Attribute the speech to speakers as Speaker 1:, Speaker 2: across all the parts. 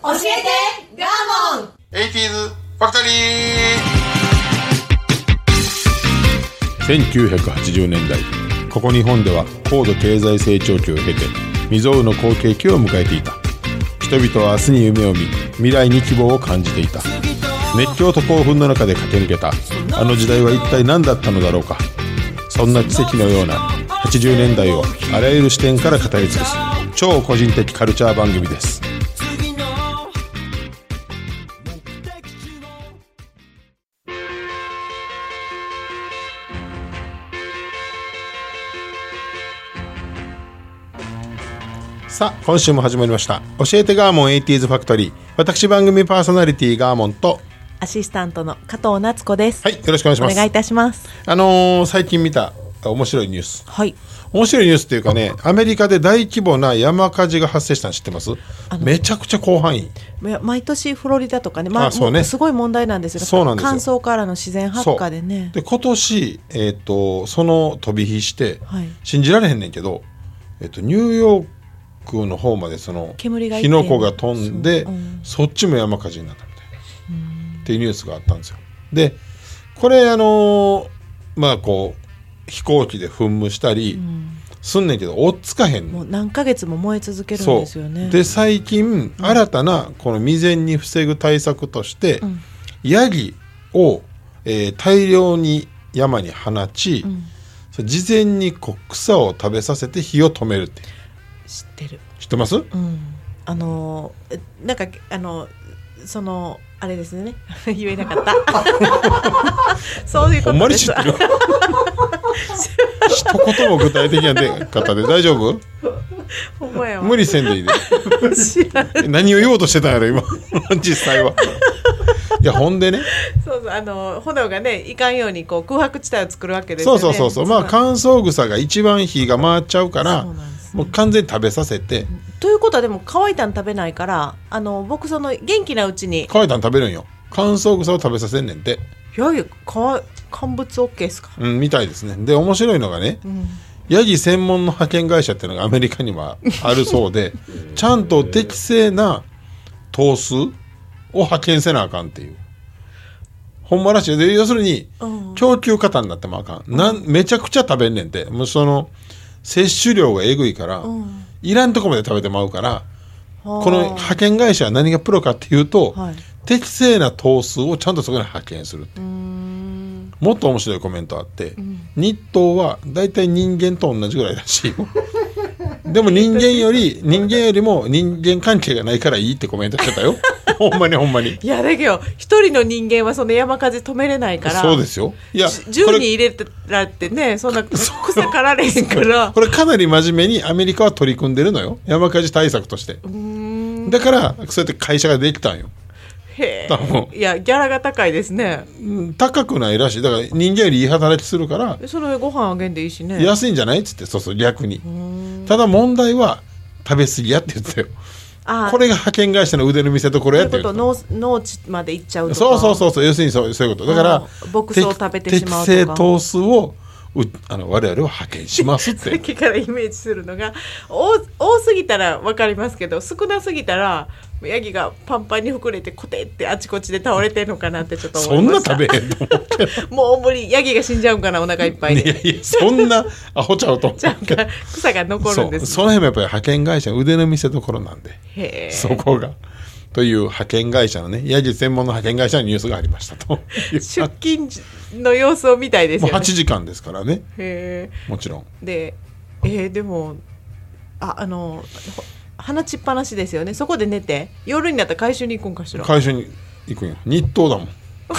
Speaker 1: 教えてガーモン
Speaker 2: 80s ファクトリー。1980年代、ここ日本では高度経済成長期を経て未曾有の好景気を迎えていた。人々は明日に夢を見、未来に希望を感じていた。熱狂と興奮の中で駆け抜けたあの時代は一体何だったのだろうか。そんな奇跡のような80年代をあらゆる視点から語り尽くす超個人的カルチャー番組です。さあ、今週も始まりました教えてガーモン 80s ファクトリー。私番組パーソナリティガーモンと
Speaker 1: アシスタントの加藤夏子です。
Speaker 2: はい、よろしくお願いします。
Speaker 1: お願いいたします。
Speaker 2: 最近見た面白いニュース。
Speaker 1: はい。
Speaker 2: 面白いニュースっていうかね、アメリカで大規模な山火事が発生したの知ってます？めちゃくちゃ広範囲。
Speaker 1: 毎年フロリダとかね、
Speaker 2: そうね、
Speaker 1: すごい問題なんですよ。
Speaker 2: そうなんですよ。
Speaker 1: 乾燥からの自然発火でね。
Speaker 2: で今年、その飛び火して、
Speaker 1: はい、
Speaker 2: 信じられへんねんけど、ニューヨークの方までその火の粉が飛んで、そっちも山火事になったみたいなっていうニュースがあったんですよ。でこれこう飛行機で噴霧したりすんねんけど、追っつかへんねん。
Speaker 1: もう何ヶ月も燃え続けるんですよね。
Speaker 2: で最近、新たなこの未然に防ぐ対策として、ヤギを、大量に山に放ち、事前に草を食べさせて火を止めるって。
Speaker 1: 知ってる。
Speaker 2: 知ってます？
Speaker 1: なんかそのあれですね言えなかったそういうことです。
Speaker 2: ほんまに知ってる一言も具体的な方で大丈夫？
Speaker 1: ほんまやわ。
Speaker 2: 無理せんでいいで何を言おうとしてたんやろ今実際は。いやほんでね、
Speaker 1: そう炎がねいかんようにこう空白地帯を作るわけですよね。
Speaker 2: そう乾燥草が一番火が回っちゃうから、もう完全に食べさせて。
Speaker 1: ということはでも乾いたん食べないから、僕その元気なうちに
Speaker 2: 乾いたん食べるんよ。乾燥草を食べさせんねんて。
Speaker 1: いや乾物 OK ですか？
Speaker 2: みたいですね。で面白いのがね、ヤギ専門の派遣会社っていうのがアメリカにはあるそうでちゃんと適正な頭数を派遣せなあかんっていう、ほんまらしいで。要するに、供給過多になってもあかん、めちゃくちゃ食べんねんて。もうその摂取量がえぐいから、いらんとこまで食べてまうから、この派遣会社は何がプロかっていうと、適正な頭数をちゃんとそこに派遣するって。もっと面白いコメントあって、日当はだいたい人間と同じぐらいらしいでも人間よりも人間関係がないからいいってコメントしてたよほんまに。
Speaker 1: いやだけど一人の人間はその山火事止めれないから。
Speaker 2: そうですよ。いや
Speaker 1: 10人入れられてね、そんな草かられへんから
Speaker 2: これかなり真面目にアメリカは取り組んでるのよ、山火事対策として。だからそうやって会社ができたんよ。
Speaker 1: へえ。いやギャラが高いですね。
Speaker 2: 高くないらしい。だから人間よりいい働きするから
Speaker 1: それご飯あげんでいいしね。
Speaker 2: 安いんじゃないっつって。そう逆に。ただ問題は食べ過ぎやって言ってたよ。これが派遣会社の腕の見せ所やって言うと。
Speaker 1: 農地まで行っちゃうとか。
Speaker 2: そう要するにそういうことだから、
Speaker 1: 牧草を食べてしまうとか。
Speaker 2: 適正頭数を我々は派遣しますって
Speaker 1: さっきからイメージするのが、多すぎたら分かりますけど、少なすぎたらヤギがパンパンに膨れてコテってあちこちで倒れてるのかなってちょっと思いました。
Speaker 2: そんな食べへんと思って
Speaker 1: もう無理、ヤギが死んじゃうんかな、お腹いっぱいで。
Speaker 2: いやそんなアホちゃうと思う
Speaker 1: 草が残るんです、ね、
Speaker 2: その辺もやっぱり派遣会社の腕の見せ所なんで、そこがという派遣会社のね、ヤギ専門の派遣会社のニュースがありましたと
Speaker 1: 出勤の様子を見たいですよね。
Speaker 2: もう8時間ですからね。もちろん
Speaker 1: で、でも放ちっぱなしですよね。そこで寝て夜になったら回収に行くんかしら。
Speaker 2: 回収に行くんよ。日当だもん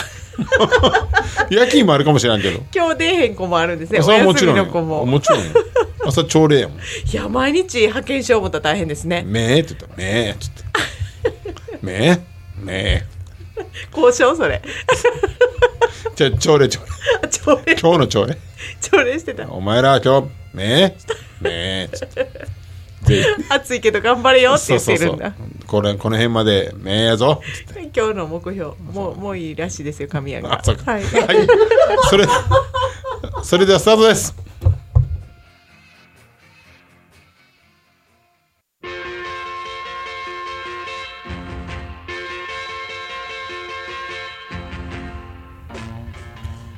Speaker 2: 夜勤もあるかもしれんけど
Speaker 1: 今日出えへん子もあるんですね。お
Speaker 2: 休
Speaker 1: みの子も
Speaker 2: もちろん朝朝礼やもん。い
Speaker 1: や毎日派遣しよう思ったら大変ですね。
Speaker 2: めーって言ったらめーって言ってめー
Speaker 1: 交渉それ
Speaker 2: じゃあ朝礼今日の朝礼
Speaker 1: してた。
Speaker 2: お前ら今日めーって
Speaker 1: 暑いけど頑張れよって言ってるんだ。
Speaker 2: この辺までめやぞ
Speaker 1: 今日の目標もういいらしいですよ、神谷が。
Speaker 2: はい、それではスタートです。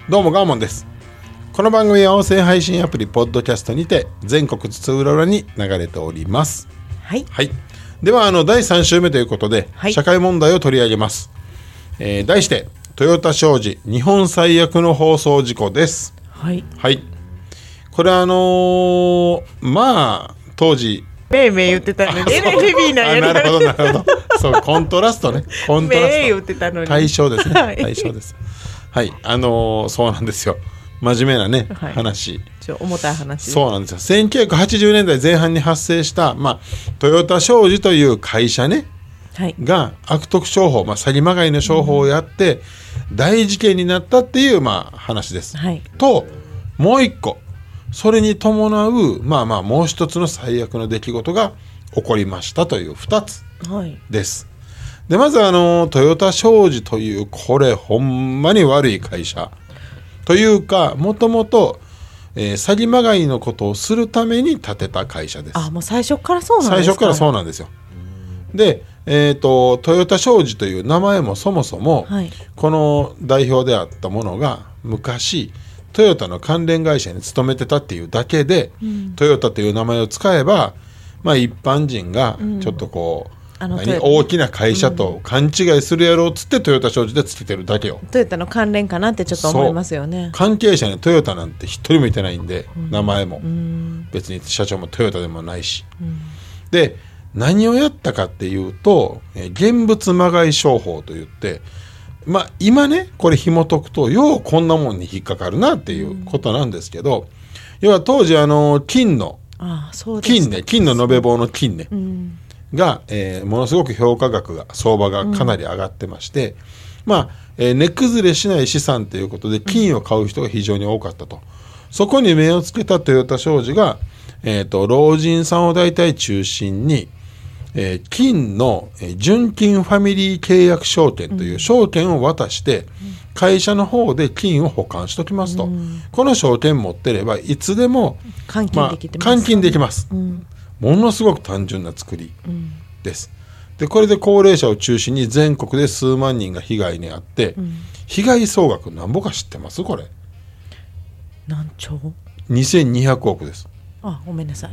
Speaker 2: どうもガーモンです。この番組は音声配信アプリポッドキャストにて全国津々浦々に流れております。
Speaker 1: はい、
Speaker 2: はい、では第3週目ということで、はい、社会問題を取り上げます。題してトヨタ商事日本最悪の放送事故です。
Speaker 1: はい、
Speaker 2: はい、これまあ当時
Speaker 1: めいめい言ってたのに NFB なんや
Speaker 2: なるほどなるほどそうコントラストねコントラスト
Speaker 1: めい言ってたのに
Speaker 2: 対象ですね、はい、対象です。はい、そうなんですよ。真面目なね、はい、話
Speaker 1: 重たい話。
Speaker 2: そうなんですよ。1980年代前半に発生した、トヨタ商事という会社ね、はい、が悪徳商法、詐欺まがいの商法をやって、大事件になったっていう、話です、はい、ともう一個それに伴うもう一つの最悪の出来事が起こりましたという2つです、はい、でまずトヨタ商事というこれほんまに悪い会社というか、もともと詐欺まがいのことをするために建てた会社です。
Speaker 1: もう最初からそうなんですか。
Speaker 2: 最初からそうなんですよ。で、トヨタ商事という名前もそもそも、はい、この代表であったものが昔トヨタの関連会社に勤めてたっていうだけで、トヨタという名前を使えば、一般人がちょっと大きな会社と勘違いするやろうっつってトヨタ商事でつけてるだけよ。
Speaker 1: トヨタの関連かなってちょっと思いますよね。
Speaker 2: 関係者にトヨタなんて一人もいてないんで、名前も、別に社長もトヨタでもないし、で何をやったかっていうと、現物まがい商法といって、今ねこれ紐解くとようこんなもんに引っかかるなっていうことなんですけど、要は当時金の延べ棒の金ね、が、ものすごく評価額が相場がかなり上がってまして、値崩れしない資産ということで金を買う人が非常に多かったと、そこに目をつけたトヨタ商事が、老人さんを大体中心に、金の純金ファミリー契約証券という証券を渡して会社の方で金を保管しておきますと、この証券持ってればいつでも
Speaker 1: 換
Speaker 2: 金できます、ものすごく単純な作りです、でこれで高齢者を中心に全国で数万人が被害に遭って、被害総額なんぼか知ってます？これ
Speaker 1: 何兆
Speaker 2: ？2200億です。
Speaker 1: ごめんなさい。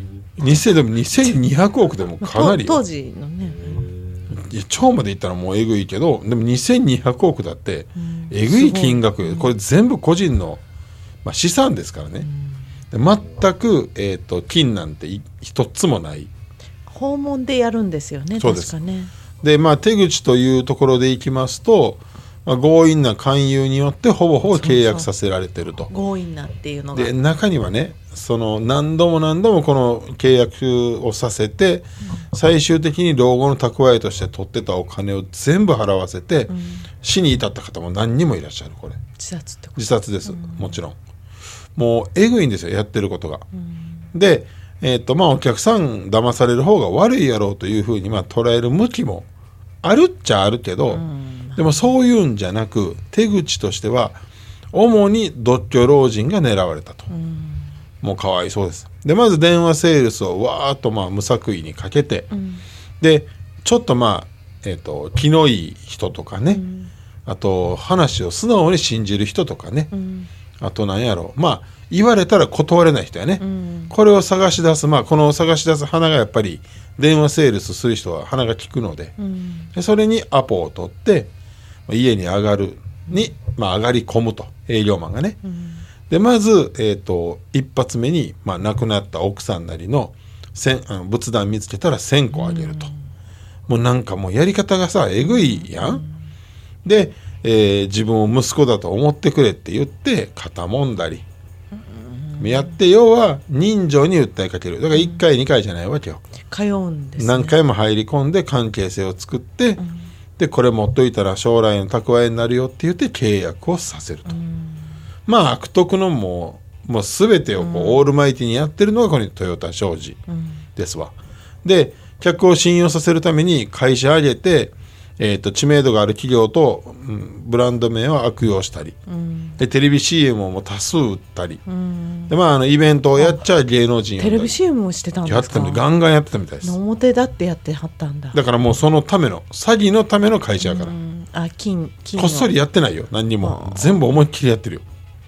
Speaker 2: 2200億でもかなり
Speaker 1: 当時のね、
Speaker 2: 超までいったらもうえぐいけど、でも2200億だってえぐい金額よ、これ全部個人の、資産ですからね、で全く、金なんて一つもない。
Speaker 1: 訪問でやるんですよね。
Speaker 2: そうです。
Speaker 1: 確かね。
Speaker 2: で手口というところでいきますと、強引な勧誘によってほぼほぼ契約させられてると。
Speaker 1: 強引なっていうのが、
Speaker 2: で中にはね、何度もこの契約をさせて、最終的に老後の蓄えとして取ってたお金を全部払わせて、死に至った方も何人もいらっしゃる。これ
Speaker 1: 自殺ってこと？
Speaker 2: 自殺です、もちろん。もうえぐいんですよ、やってることが、で、お客さん騙される方が悪いやろうというふうに捉える向きもあるっちゃあるけど、でもそういうんじゃなく手口としては主に独居老人が狙われたと、もうかわいそうです。でまず電話セールスをわーっと無作為にかけて、でちょっと気のいい人とかね、あと話を素直に信じる人とかね、あと何やろう、言われたら断れない人やね、これを探し出す、この探し出す花がやっぱり電話セールスする人は鼻が利くので、でそれにアポを取って家に上がるに、上がり込むと、営業マンがね、でまず、一発目に、亡くなった奥さんなりの仏壇見つけたら1000個あげると、もうなんかもうやり方がさえぐいやん、で、自分を息子だと思ってくれって言って肩もんだりやって、要は人情に訴えかける。だから1回2回じゃないわけよ。
Speaker 1: 通うんですね。
Speaker 2: 何回も入り込んで関係性を作って、でこれ持っといたら将来の蓄えになるよって言って契約をさせると、悪徳のもう全てをオールマイティにやってるのがこのトヨタ商事ですわ、で客を信用させるために会社上げて、知名度がある企業と、ブランド名を悪用したり、でテレビ CM も多数売ったり、でイベントをやっちゃ芸能人
Speaker 1: テレビ CM をしてたんですか？
Speaker 2: ガンガンやってたみたいです。
Speaker 1: 表だってやってはったんだ。
Speaker 2: だからもうそのための詐欺のための会社やから、
Speaker 1: 金
Speaker 2: こっそりやってないよ、何にも、全部思いっきりやってるよ。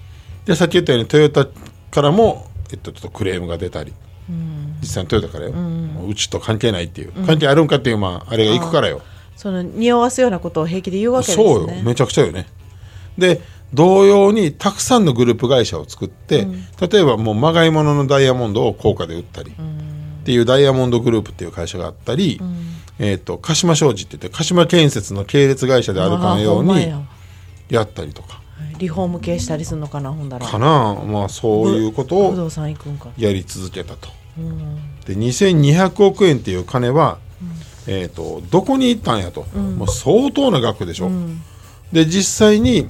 Speaker 2: でさっき言ったようにトヨタからも、ちょっとクレームが出たり、実際にトヨタからよ、うちと関係ないっていう、関係あるんかっていう、まあ、あれが行くからよ。
Speaker 1: その匂わすようなことを平気で言うわけですね。
Speaker 2: そうよ、めちゃくちゃよね。で同様にたくさんのグループ会社を作って、例えばもうまがいもののダイヤモンドを高価で売ったりっていうダイヤモンドグループっていう会社があったり、鹿島商事って言って鹿島建設の系列会社であるかのようにやったりとか、
Speaker 1: リフォーム系したりするのかな、ほんだら
Speaker 2: かな、まあそういうこと
Speaker 1: 不動
Speaker 2: を
Speaker 1: 産行くんか。
Speaker 2: やり続けたと。で2200億円っていう金は、どこに行ったんやと、もう相当な額でしょ。で実際に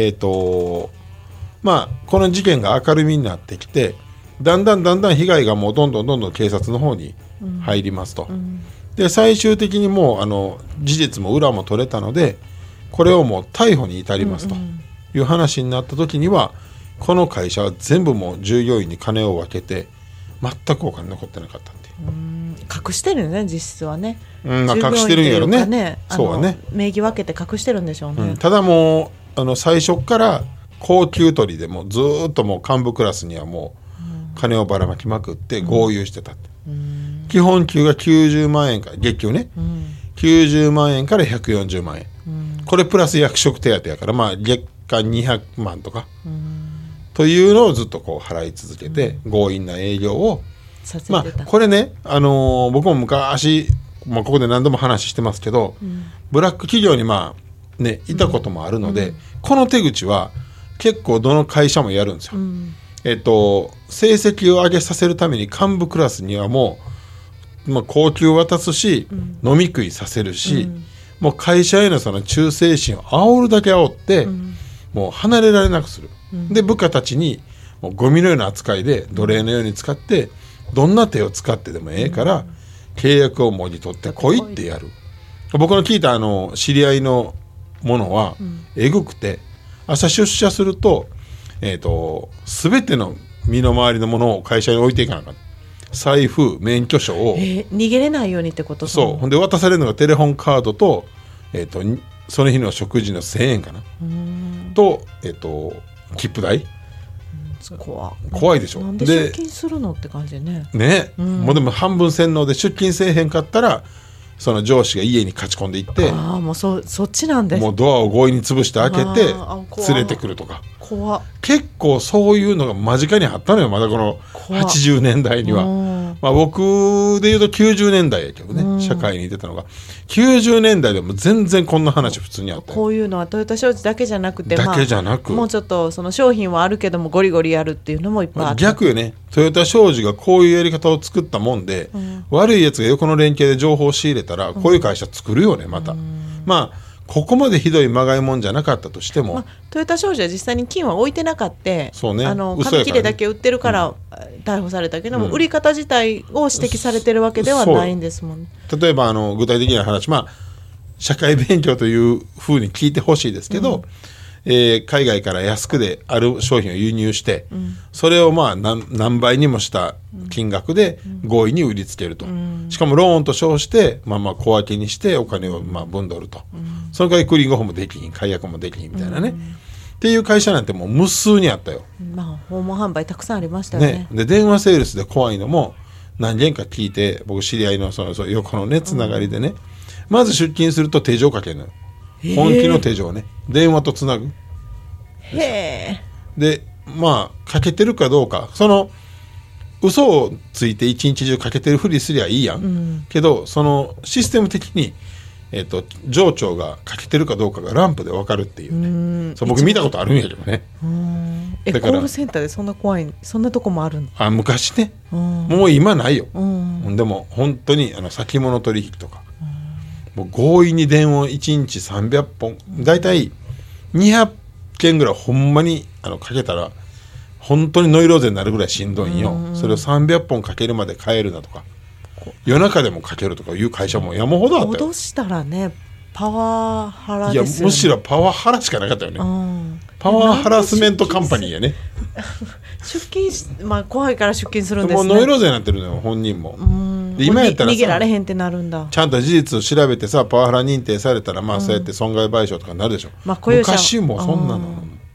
Speaker 2: まあこの事件が明るみになってきて、だんだん被害がもうどんどん警察の方に入りますと、で最終的にもう事実も裏も取れたので、これをもう逮捕に至りますという話になった時には、この会社は全部もう従業員に金を分けて全くお金残ってなかったっていう。
Speaker 1: 隠してるよね、実質はね。
Speaker 2: 隠してるんやろね。そうはね、
Speaker 1: 名義分けて隠してるんでしょうね。
Speaker 2: ただもう最初から高級取りでもずっともう幹部クラスにはもう金をばらまきまくって豪遊してたって、基本給が90万円から月給ね、90万円から140万円、これプラス役職手当やから、まあ月間200万とか、というのをずっとこう払い続けて、強引な営業を
Speaker 1: させてた。
Speaker 2: まあこれね、僕も昔、まあ、ここで何度も話してますけど、ブラック企業にまあねいたこともあるので、この手口は結構どの会社もやるんですよ。成績を上げさせるために幹部クラスにはもう、まあ、高級渡すし、飲み食いさせるし、もう会社へのその忠誠心を煽るだけ煽って、もう離れられなくする。で部下たちにもうゴミのような扱いで奴隷のように使って、どんな手を使ってでもええから、契約をもぎ取って来いってやる。僕の聞いた知り合いのものは、えぐくて、朝出社すると、全ての身の回りのものを会社に置いていかなかった。財布、免許証を、
Speaker 1: 逃げれないようにってこと。
Speaker 2: そう。ほんで渡されるのがテレホンカードと、その日の食事の1000円かなと、切符代。怖いでしょ。
Speaker 1: なんで出勤するのって感じで
Speaker 2: ね。もうでも半分洗脳で出勤せえへんかったら、その上司が家に勝ち込んでいって、
Speaker 1: もうそっちなんです。
Speaker 2: もうドアを強引に潰して開けて連れてくるとか。結構そういうのが間近にあったのよ、まだこの80年代には。まあ僕で言うと90年代やけどね、社会に出たのが90年代でも全然こんな話普通にあったよ。
Speaker 1: こういうのはトヨタ商事だけじゃなくて、もうちょっとその商品はあるけどもゴリゴリやるっていうのもいっぱいあった。
Speaker 2: 逆よね。トヨタ商事がこういうやり方を作ったもんで、悪いやつが横の連携で情報を仕入れたら、こういう会社作るよねまた。まあここまでひどいまがいもんじゃなかったとしても、
Speaker 1: トヨタ商事は実際に金は置いてなかった。
Speaker 2: そうね、
Speaker 1: 紙切れだけ売ってるから逮捕されたけども、売り方自体を指摘されてるわけではないんですもんね。
Speaker 2: 例えば具体的な話、まあ社会勉強というふうに聞いてほしいですけど、海外から安くである商品を輸入して、それをまあ何倍にもした金額で強引に売りつけると、しかもローンと称してまあ小分けにしてお金をまあ分取ると、その代わりクーリングオフもできひん、解約もできひんみたいなね、っていう会社なんてもう無数にあったよ。
Speaker 1: まあ訪問販売たくさんありましたよね。
Speaker 2: で電話セールスで怖いのも何件か聞いて、僕知り合いのその横のねつながりでね、まず出勤すると手錠かけるのよ。本気の手錠ね、電話とつなぐ。でまあかけてるかどうか、その嘘をついて一日中かけてるふりすりゃいいやん、けどそのシステム的に、上長がかけてるかどうかがランプで分かるっていうね。そう僕見たことあるんやけどね。
Speaker 1: だからコールセンターでそんな怖い、そんなとこもあるの？
Speaker 2: 昔ね、もう今ないよ。でも本当に先物取引とか、もう強引に電話1日300本、だいたい200件ぐらいほんまにかけたら本当にノイローゼになるぐらいしんどいんよ。それを300本かけるまで帰るなとか、夜中でもかけるとかいう会社も山ほどあったよ。
Speaker 1: 脅したらね、パワハラですよね。
Speaker 2: いやむしろパワハラしかなかったよね。パワーハラスメントカンパニーやね。
Speaker 1: 出勤まあ怖いから出勤するんですね。
Speaker 2: もうノイローゼになってるのよ本人も。で今やったらさ、
Speaker 1: 逃げられへんってなるんだ。
Speaker 2: ちゃんと事実を調べてさ、パワハラ認定されたらまあそうやって損害賠償とかになるでしょ。昔もそんなの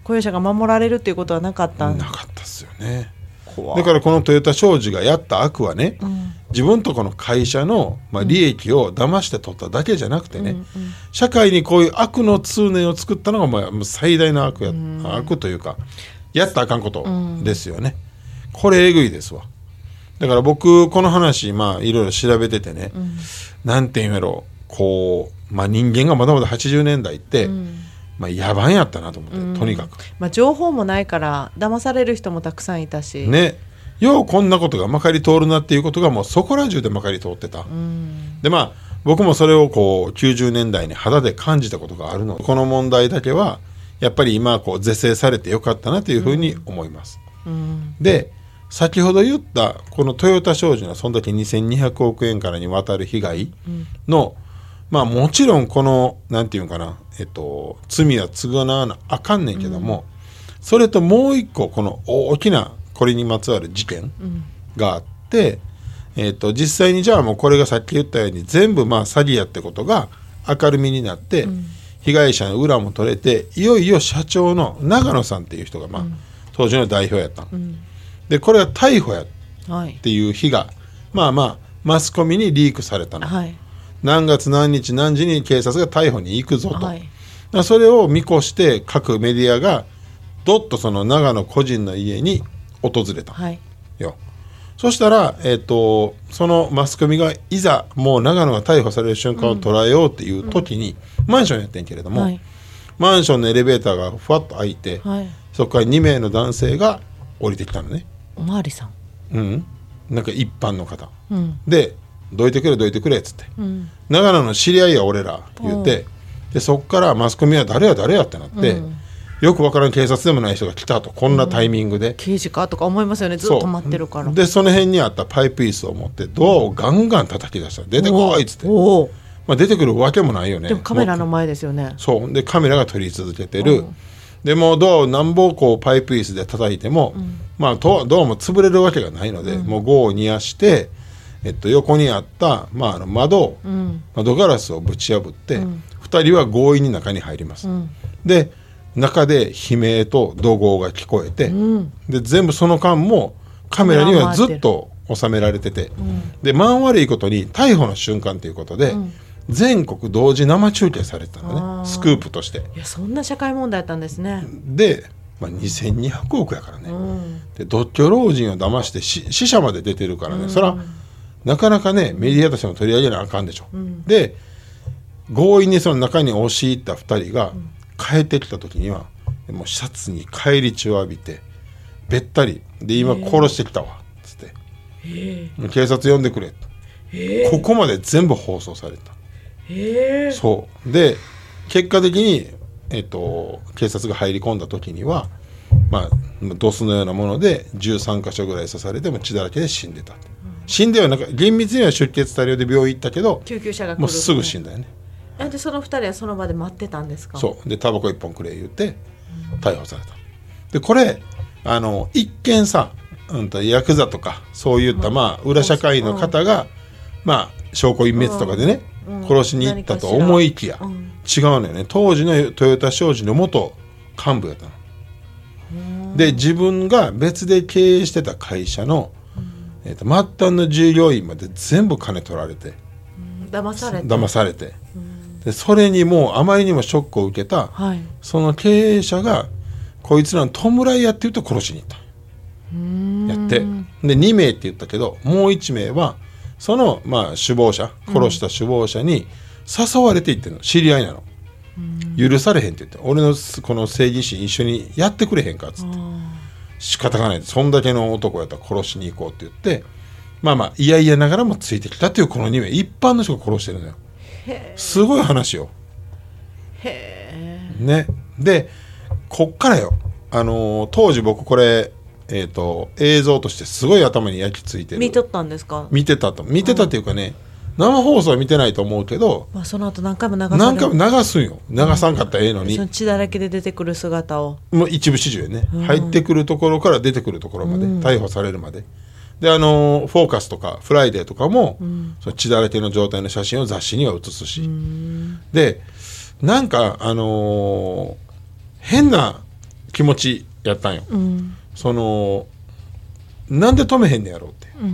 Speaker 1: 雇用者が守られるっていうことはなかった
Speaker 2: なかったですよね。
Speaker 1: 怖
Speaker 2: だからこの豊田商事がやった悪はね、自分とこの会社の、利益を騙して取っただけじゃなくてね、社会にこういう悪の通念を作ったのが最大の悪というかやったらあかんことですよね。これえぐいですわ。だから僕この話いろいろ調べててね、なんていうんやろこう、人間がまだまだ80年代って、野蛮やったなと思って、とにかく、
Speaker 1: 情報もないから騙される人もたくさんいたし
Speaker 2: ね、ようこんなことがまかり通るなっていうことがもうそこら中でまかり通ってた。で僕もそれをこう90年代に肌で感じたことがあるので、この問題だけはやっぱり今こう是正されてよかったなというふうに思います。で先ほど言ったこのトヨタ商事のその時2200億円からにわたる被害の、もちろんこのなんていうかな、罪は償わなあかんねんけども、それともう一個この大きなこれにまつわる事件があって、実際にじゃあもうこれがさっき言ったように全部詐欺やってことが明るみになって、被害者の裏も取れて、いよいよ社長の長野さんっていう人が当時の代表やった、でこれは逮捕やっていう日がマスコミにリークされたの、何月何日何時に警察が逮捕に行くぞと、それを見越して各メディアがどっとその長野個人の家に訪れた、よ。そしたら、そのマスコミがいざもう長野が逮捕される瞬間を捉えようっていう時に、マンションやってんけれども、マンションのエレベーターがふわっと開いて、そこから2名の男性が降りてきたのね。
Speaker 1: おまわりさん、
Speaker 2: なんか一般の方、でどいてくれどいてくれっつって、長野の知り合いや俺ら言って、でそっからマスコミは誰や誰やってなって、よくわからん警察でもない人が来たと、こんなタイミングで、
Speaker 1: 刑事かとか思いますよね、ずっと止まってるから。
Speaker 2: でその辺にあったパイプ椅子を持ってドアをガンガン叩き出した。出てこいっつって、出てくるわけもないよね。
Speaker 1: でもカメラの前ですよね。
Speaker 2: そうでカメラが撮り続けてる。でもうドアをなんぼこうパイプ椅子で叩いても、ドアも潰れるわけがないので、もう業を煮やして、横にあった、窓ガラスをぶち破って、2人は強引に中に入ります、で中で悲鳴と怒号が聞こえて、で全部その間もカメラにはずっと収められてて、で悪いことに逮捕の瞬間ということで、全国同時生中継されてたのね、スクープとして。
Speaker 1: いやそんな社会問題だったんですね。
Speaker 2: で、2200億やからね、で独居老人を騙して死者まで出てるからね、それはなかなかねメディアとしても取り上げなあかんでしょ、で強引にその中に押し入った2人が帰ってきた時には、もうシャツに返り血を浴びてべったりで、今殺してきたわっつって、警察呼んでくれと、ここまで全部放送された。そうで結果的に、警察が入り込んだ時には、ドスのようなもので13箇所ぐらい刺されても血だらけで死んでた、死んでは厳密には出血多量で病院行ったけど、
Speaker 1: 救急車が来る、
Speaker 2: もうすぐ死んだよね。
Speaker 1: でその2人はその場で待ってたんですか。
Speaker 2: そうでタバコ1本くれ言って逮捕された。でこれ一見さ、ヤクザとかそういった裏社会の方が、証拠隠滅とかでね、殺しに行ったと思いきや、違うのよね。当時のトヨタ商事の元幹部やったの。で自分が別で経営してた会社の、末端の従業員まで全部金取られて、騙されて、でそれにもうあまりにもショックを受けた、その経営者がこいつらの弔いやって言うと殺しに行ったやって、で2名って言ったけど、もう1名はその首謀者、殺した首謀者に誘われていってんの、知り合いなの。許されへんって言って、俺のこの正義心一緒にやってくれへんかっつって、仕方がない、そんだけの男やったら殺しに行こうって言って、いやいやながらもついてきたっていうこの2名、一般の人が殺してるのよ。すごい話よ。ね、でこっからよ、当時僕これ、映像としてすごい頭に焼き付いてる。
Speaker 1: 見とったんですか。
Speaker 2: 見てたっていうかね、生放送は見てないと思うけど、
Speaker 1: その後何回も流
Speaker 2: すんよ。流さんかったらええのに、
Speaker 1: その血だらけで出てくる姿を
Speaker 2: もう一部始終やね、入ってくるところから出てくるところまで、逮捕されるまでで、フォーカスとかフライデーとかも、その血だらけの状態の写真を雑誌には写すし、でなんか変な気持ちやったんよ、
Speaker 1: うん、
Speaker 2: そのなんで止めへんねやろうって、
Speaker 1: うん、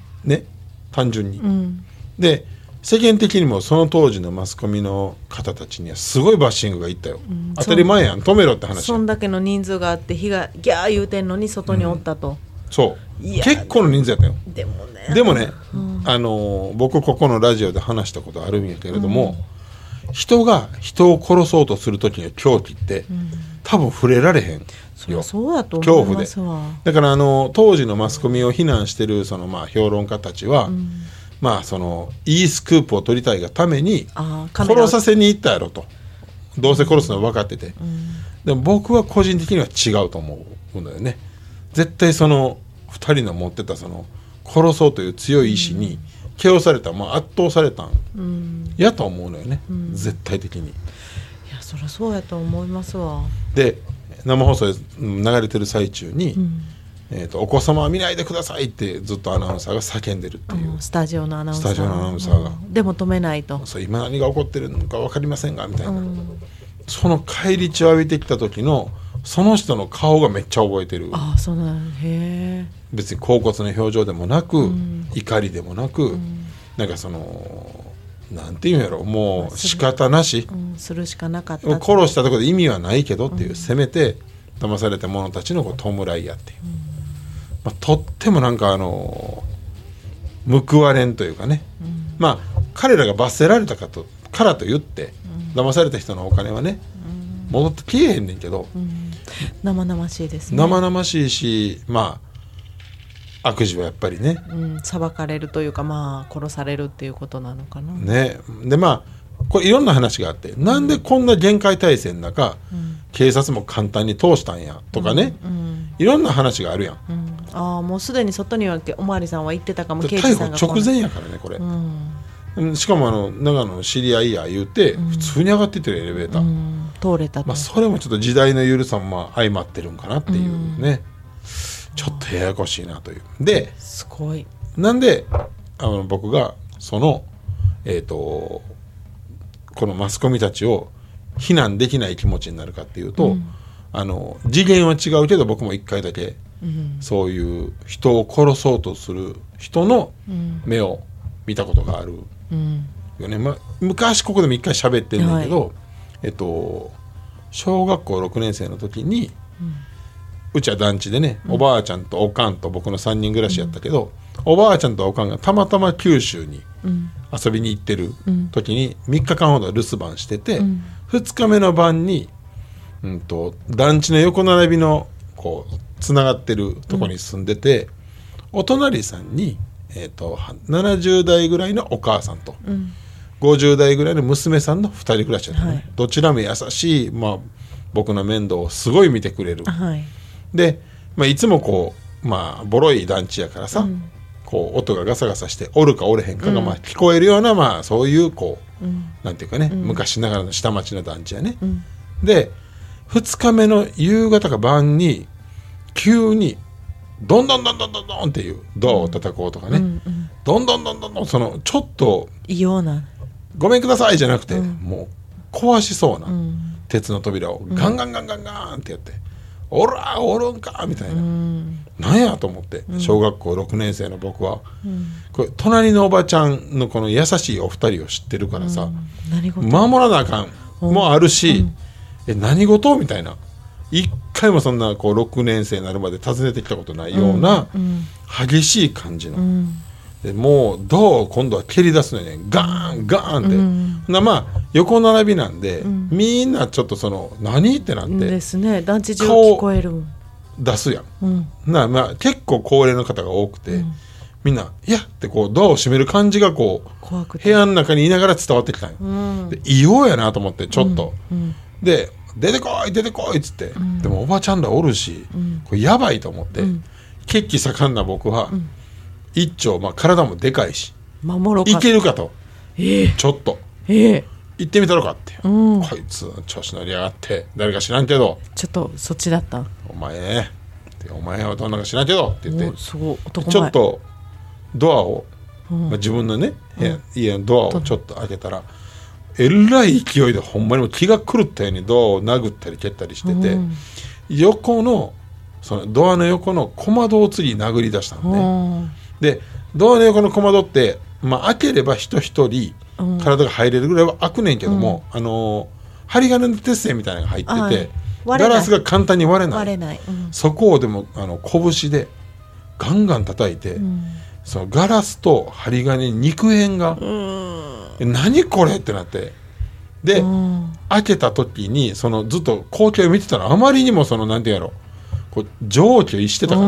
Speaker 2: ね、単純に、
Speaker 1: うん、
Speaker 2: で世間的にもその当時のマスコミの方たちにはすごいバッシングがいったよ、うん、当たり前やん、止めろって話。
Speaker 1: そんだけの人数があって火がギャー言うてんのに外におったと、
Speaker 2: そう結構の人数やったよ。でもね、
Speaker 1: うん、
Speaker 2: 僕ここのラジオで話したことあるんやけれども、人が人を殺そうとする時の狂気って、多分触れられへんよ。
Speaker 1: そりゃそうだと思いますわ。
Speaker 2: だから当時のマスコミを非難してるその評論家たちは、そのいいスクープを取りたいがために殺させに行ったやろと、どうせ殺すの分かってて、でも僕は個人的には違うと思うんだよね。絶対その2人の持ってたその殺そうという強い意志に気された、圧倒されたんやと思うのよね、絶対的に。い
Speaker 1: やそりゃそうやと思いますわ。
Speaker 2: で生放送で流れてる最中に、お子様は見ないでくださいってずっとアナウンサーが叫んでるっていう、
Speaker 1: スタジオのアナウンサ
Speaker 2: ーが、
Speaker 1: でも止めないと、
Speaker 2: そう今何が起こってるのか分かりませんがみたいな、その返り血を浴びてきた時のその人の顔がめっちゃ覚えてる。
Speaker 1: ああそうなん、へえ。
Speaker 2: 別に恍惚の表情でもなく、怒りでもなく、なんかそのなんていうんやろ、もう仕方なし、
Speaker 1: するしかなかった。
Speaker 2: 殺したところで意味はないけどっていう、せめて騙された者たちの弔いやっていう、とってもなんか報われんというかね、彼らが罰せられたからと言って、騙された人のお金はね、戻って消えへんねんけど、
Speaker 1: 生々しいですね。
Speaker 2: 生々しいし、悪事はやっぱりね、
Speaker 1: 裁かれるというか、殺されるっていうことなのかな。
Speaker 2: ね、でこれいろんな話があって、なんでこんな厳戒態勢の中、警察も簡単に通したんやとかね、いろんな話があるやん。
Speaker 1: もうすでに外にはおまわりさんは行ってたかも。
Speaker 2: 逮捕直前やからねこれ、しかも長野の知り合いや言うて、普通に上がってってるエレベーター、
Speaker 1: 通れたと。
Speaker 2: それもちょっと時代の緩さも相まってるんかなっていうね、ちょっとややこしいなという。です
Speaker 1: ごい。
Speaker 2: なんで僕がそのこのマスコミたちを非難できない気持ちになるかっていうと、次元は違うけど僕も一回だけ、そういう人を殺そうとする人の目を見たことがあるよね。昔ここでも一回喋ってるんだけど、小学校6年生の時に、うちは団地でね、おばあちゃんとおかんと僕の3人暮らしやったけど、おばあちゃんとおかんがたまたま九州に遊びに行ってる時に3日間ほど留守番してて、2日目の晩に、団地の横並びのこうつながってるとこに住んでて、お隣さんに、70代ぐらいのお母さんと、50代ぐらいの娘さんの2人暮らしだったね、どちらも優しい、僕の面倒をすごい見てくれる、で、いつもこうボロい団地やからさ、こう音がガサガサしておるかおれへんかが聞こえるような、そういうこう、なんていうかね、昔ながらの下町の団地やね、で2日目の夕方か晩に急にどんどんどんどんどんどんっていうドアを叩こうとかね、どんどんどんどんどんそのちょっと
Speaker 1: 異様な
Speaker 2: ごめんくださいじゃなくて、もう壊しそうな鉄の扉をガンガンガンガンガンってやって、おらおるんかみたいな、なんやと思って、小学校6年生の僕は、これ隣のおばちゃんのこの優しいお二人を知ってるからさ、守らなあかんもあるし、何事みたいな、一回もそんなこう6年生になるまで訪ねてきたことないような激しい感じの、でもうドアを今度は蹴り出すのにね、ガーンガーンって、横並びなんで、みんなちょっとその何ってなって
Speaker 1: ですね、団地中聞こえる
Speaker 2: 出すやん、結構高齢の方が多くて、みんないやってこうドアを閉める感じがこう部屋の中にいながら伝わってきたんよ、で異様やなと思ってちょっと、で出てこい出てこいっつって、でもおばちゃんらおるし、これやばいと思って、血気盛んな僕は、一丁、体もでかいし
Speaker 1: 守ろうか
Speaker 2: いけるかと、ちょっと、行ってみたろかって、こいつ調子乗りやがって誰か知らんけど、
Speaker 1: ちょっとそっちだった、
Speaker 2: お前はどんなか知らんけどって言って、
Speaker 1: すごい男前、
Speaker 2: ちょっとドアを、自分のね、家のドアをちょっと開けたら、えらい勢いでほんまにも気が狂ったようにドアを殴ったり蹴ったりしてて、 横のそのドアの横の小窓を次殴り出したのね。でドアの横の小窓って、開ければ人一人体が入れるぐらいは開くねんけども、針金の鉄線みたいなのが入ってて、ガラスが簡単に割れない、そこをでも拳でガンガン叩いて、そのガラスと針金に肉片が、何これってなって、で、開けた時にそのずっと光景を見てたら、あまりにもそのなんていうんやろ、こう蒸気を逸してたから、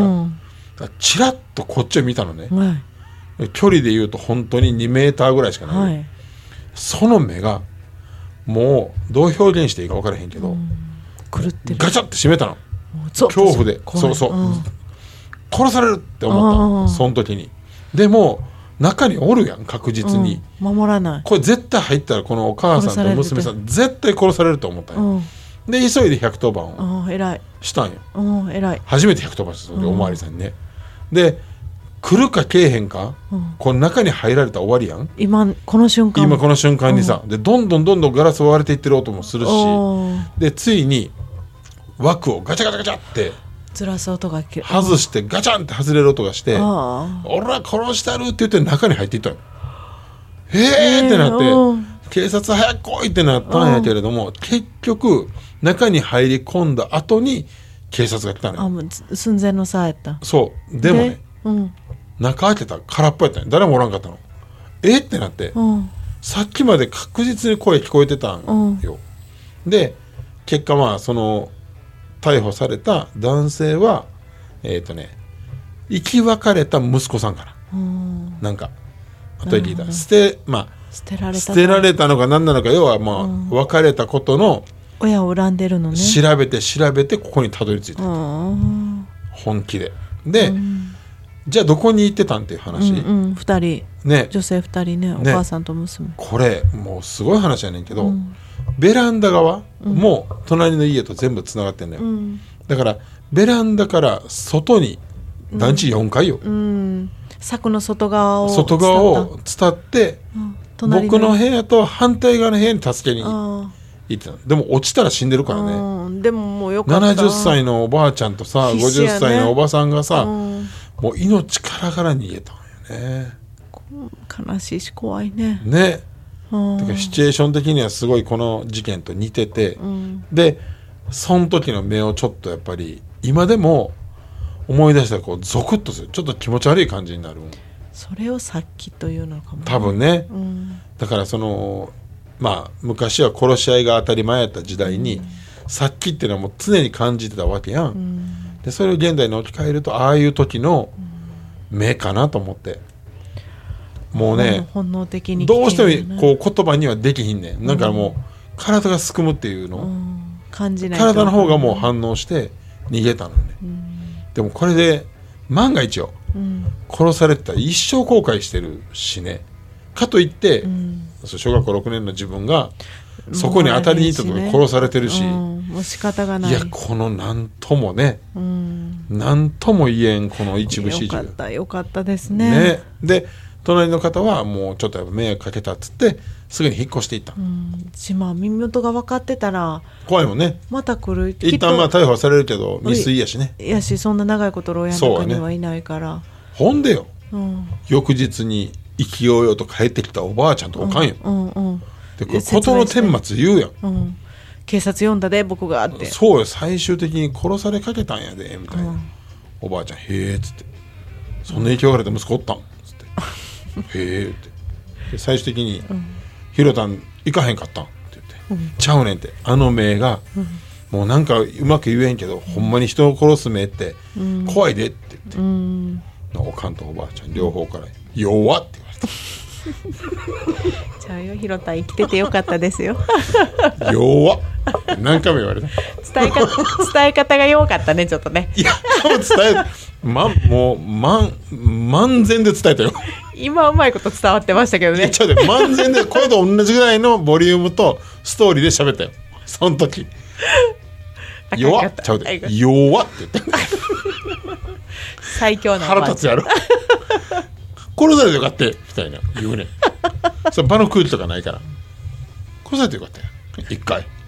Speaker 2: チラッとこっちを見たのね、距離で言うと本当に2メーターぐらいしかない、その目がもうどう表現していいか分からへんけど、
Speaker 1: 狂ってる、
Speaker 2: ガチャって閉めたの、恐怖で、そうそう、殺されるって思った、その時に。でも中におるやん、確実に、
Speaker 1: 守らない、
Speaker 2: これ絶対入ったらこのお母さんと娘さん絶対殺されると思ったんよ、で急いで110番をしたんよ、
Speaker 1: 偉い、
Speaker 2: 初めて110番したので、おまわりさんにね。で来るか来えへんか、この中に入られたら終わりやん、
Speaker 1: 今この瞬間
Speaker 2: にさ、でどんどんガラス割れていってる音もするし、でついに枠をガチャガチャガチャって
Speaker 1: ずらす音が
Speaker 2: 外して、ガチャンって外れる音がして、俺ら殺したるって言って中に入っていったよ。ってなって、警察早く来いってなったんやけれども、結局中に入り込んだ後に警察が来たのよ。
Speaker 1: もう寸前の差やった。
Speaker 2: そうでもね、中開けたら空っぽやったんや、誰もおらんかったの。ってなって、さっきまで確実に声聞こえてたんよ、で結果その逮捕された男性は生き別れた息子さんかな、なんか後で聞いたら捨てられたのか何なのか、要は別れたことの
Speaker 1: 親を恨んでるのね、
Speaker 2: 調べてここにたどり着いた、本気で。で、じゃあどこに行ってたんっていう話、
Speaker 1: 2人、
Speaker 2: ね、
Speaker 1: 女性2人ね、お母さんと娘、
Speaker 2: これもうすごい話やねんけど、ベランダ側も隣の家と全部つながってんだよ、だからベランダから外に団地4階よ、
Speaker 1: 柵の外側を
Speaker 2: 伝って、僕の部屋と反対側の部屋に助けに行ってた。でも落ちたら死んでるからね、
Speaker 1: でももうよかった、
Speaker 2: 70歳のおばあちゃんとさ、50歳のおばさんがさ、もう命からがら逃げたんよね。
Speaker 1: 悲しいし怖いね。
Speaker 2: だからシチュエーション的にはすごいこの事件と似てて、でその時の目をちょっとやっぱり今でも思い出したらこうゾクッとする、ちょっと気持ち悪い感じになる。
Speaker 1: それを殺気というのかも、ね、
Speaker 2: 多分ね、だからその昔は殺し合いが当たり前やった時代に、殺気っていうのはもう常に感じてたわけやん、でそれを現代に置き換えるとああいう時の目かなと思って、もうね、
Speaker 1: 本能的に
Speaker 2: どうしてもこう言葉にはできひんねん、なんかもう体がすくむっていうの、
Speaker 1: 感じない、
Speaker 2: 体の方がもう反応して逃げたのね、でもこれで万が一よ、殺されてたら一生後悔してるしね、かといって、小学校6年の自分がそこに当たりに行ったとか殺されてるし、
Speaker 1: もう仕方がない。
Speaker 2: いやこのなんともね、なんとも言えんこの一部始終。
Speaker 1: よかったですね。
Speaker 2: で隣の方はもうちょっとやっぱ迷惑かけたっつってすぐに引っ越していった。
Speaker 1: 身元が分かってたら
Speaker 2: 怖いもんね。
Speaker 1: また来る。
Speaker 2: 一旦逮捕されるけど未遂やしね。
Speaker 1: そんな長いこと牢屋の中にはいないから。
Speaker 2: ほんでよ、翌日に生きようよと帰ってきたおばあちゃんとおかんよ。でこれ事の顛末言うやん。
Speaker 1: 警察呼んだで僕がって。
Speaker 2: そうよ、最終的に殺されかけたんやでみたいな。おばあちゃんへえっつって、そんな生き別れた息子おったんっつってへえってで最終的にひろたん行かへんかったんって言って、ちゃうねんって、あの目がもうなんかうまく言えんけど、ほんまに人を殺す目って怖いでって言って、おかんとおばあちゃん両方から弱って言われた。
Speaker 1: ちゃうよ、ひろたん生きててよかったですよ。
Speaker 2: 弱っ何回も言われた。
Speaker 1: 伝え方が弱かったね、ちょっとね。
Speaker 2: いやもう万全で伝えたよ。
Speaker 1: 今うまいこと伝わってましたけどね。
Speaker 2: ちょっと万全でこれと同じぐらいのボリュームとストーリーで喋ったよその時。弱っちゃうで、弱っって言って。
Speaker 1: 最強な
Speaker 2: 腹立つやろ。殺されてよかったみたいな言うね。それ場の空気とかないから殺されてよかったよ一回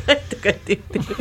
Speaker 1: かいとかって言ってる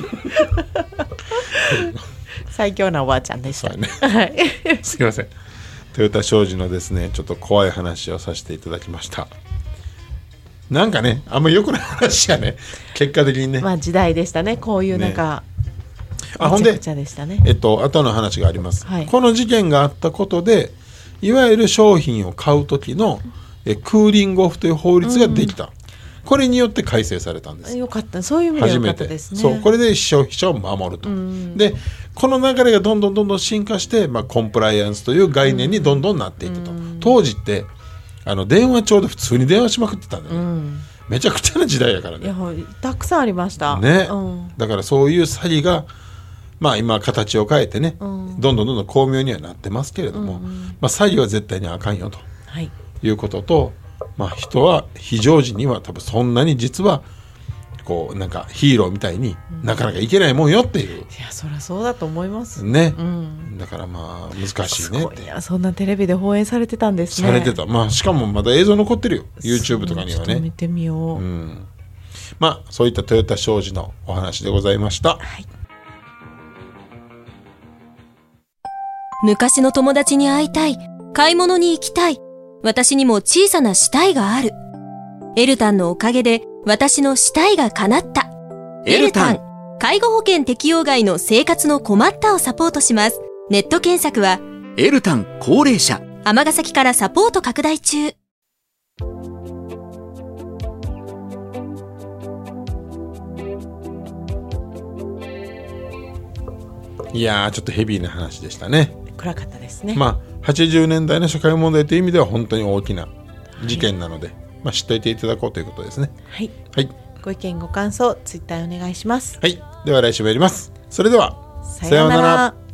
Speaker 1: 最強なおばあちゃんでした、
Speaker 2: ね
Speaker 1: はい、
Speaker 2: すいません。豊田商事のですねちょっと怖い話をさせていただきました。なんかねあんまり良くない話やね結果的にね。
Speaker 1: まあ時代でしたねこういうなんか、
Speaker 2: ね、ほんで
Speaker 1: めちゃくちゃでしたね。
Speaker 2: 後の話があります、
Speaker 1: はい、
Speaker 2: この事件があったことでいわゆる商品を買う時のクーリングオフという法律ができた、これによって改正されたんです。
Speaker 1: よかった、そういう意味でよかったですね。
Speaker 2: そうこれで消費者を守ると、でこの流れがどんどん進化して、コンプライアンスという概念にどんどんなっていったと、当時って電話帳で普通に電話しまくってたんだよね、めちゃくちゃな時代やからね。
Speaker 1: いやたくさんありました
Speaker 2: ね、だからそういう詐欺が今形を変えてね、どんどん巧妙にはなってますけれども、詐欺は絶対にあかんよと、いうことと、人は非常時には多分そんなに実はこうなんかヒーローみたいになかなかいけないもんよっていう、
Speaker 1: いやそりゃそうだと思います
Speaker 2: ね、だから難しいねって。
Speaker 1: いやそんなテレビで放映されてたんですね。
Speaker 2: されてた。しかもまだ映像残ってるよ YouTube とかにはね。
Speaker 1: ちょっと見てみよう、
Speaker 2: そういった豊田商事のお話でございました、
Speaker 3: 昔の友達に会いたい、買い物に行きたい、私にも小さなしたいがある。エルタンのおかげで私のしたいが叶った。エルタン、介護保険適用外の生活の困ったをサポートします。ネット検索は
Speaker 4: エルタン高齢者。
Speaker 3: 尼崎からサポート拡大中。
Speaker 2: いやーちょっとヘビーな話でしたね。
Speaker 1: 暗かったですね。
Speaker 2: 80年代の社会問題という意味では本当に大きな事件なので、知っておいていただこうということですね。
Speaker 1: はい、
Speaker 2: はい、
Speaker 1: ご意見ご感想ツイッターお願いします。
Speaker 2: はい、では来週もやります。それでは
Speaker 1: さようなら。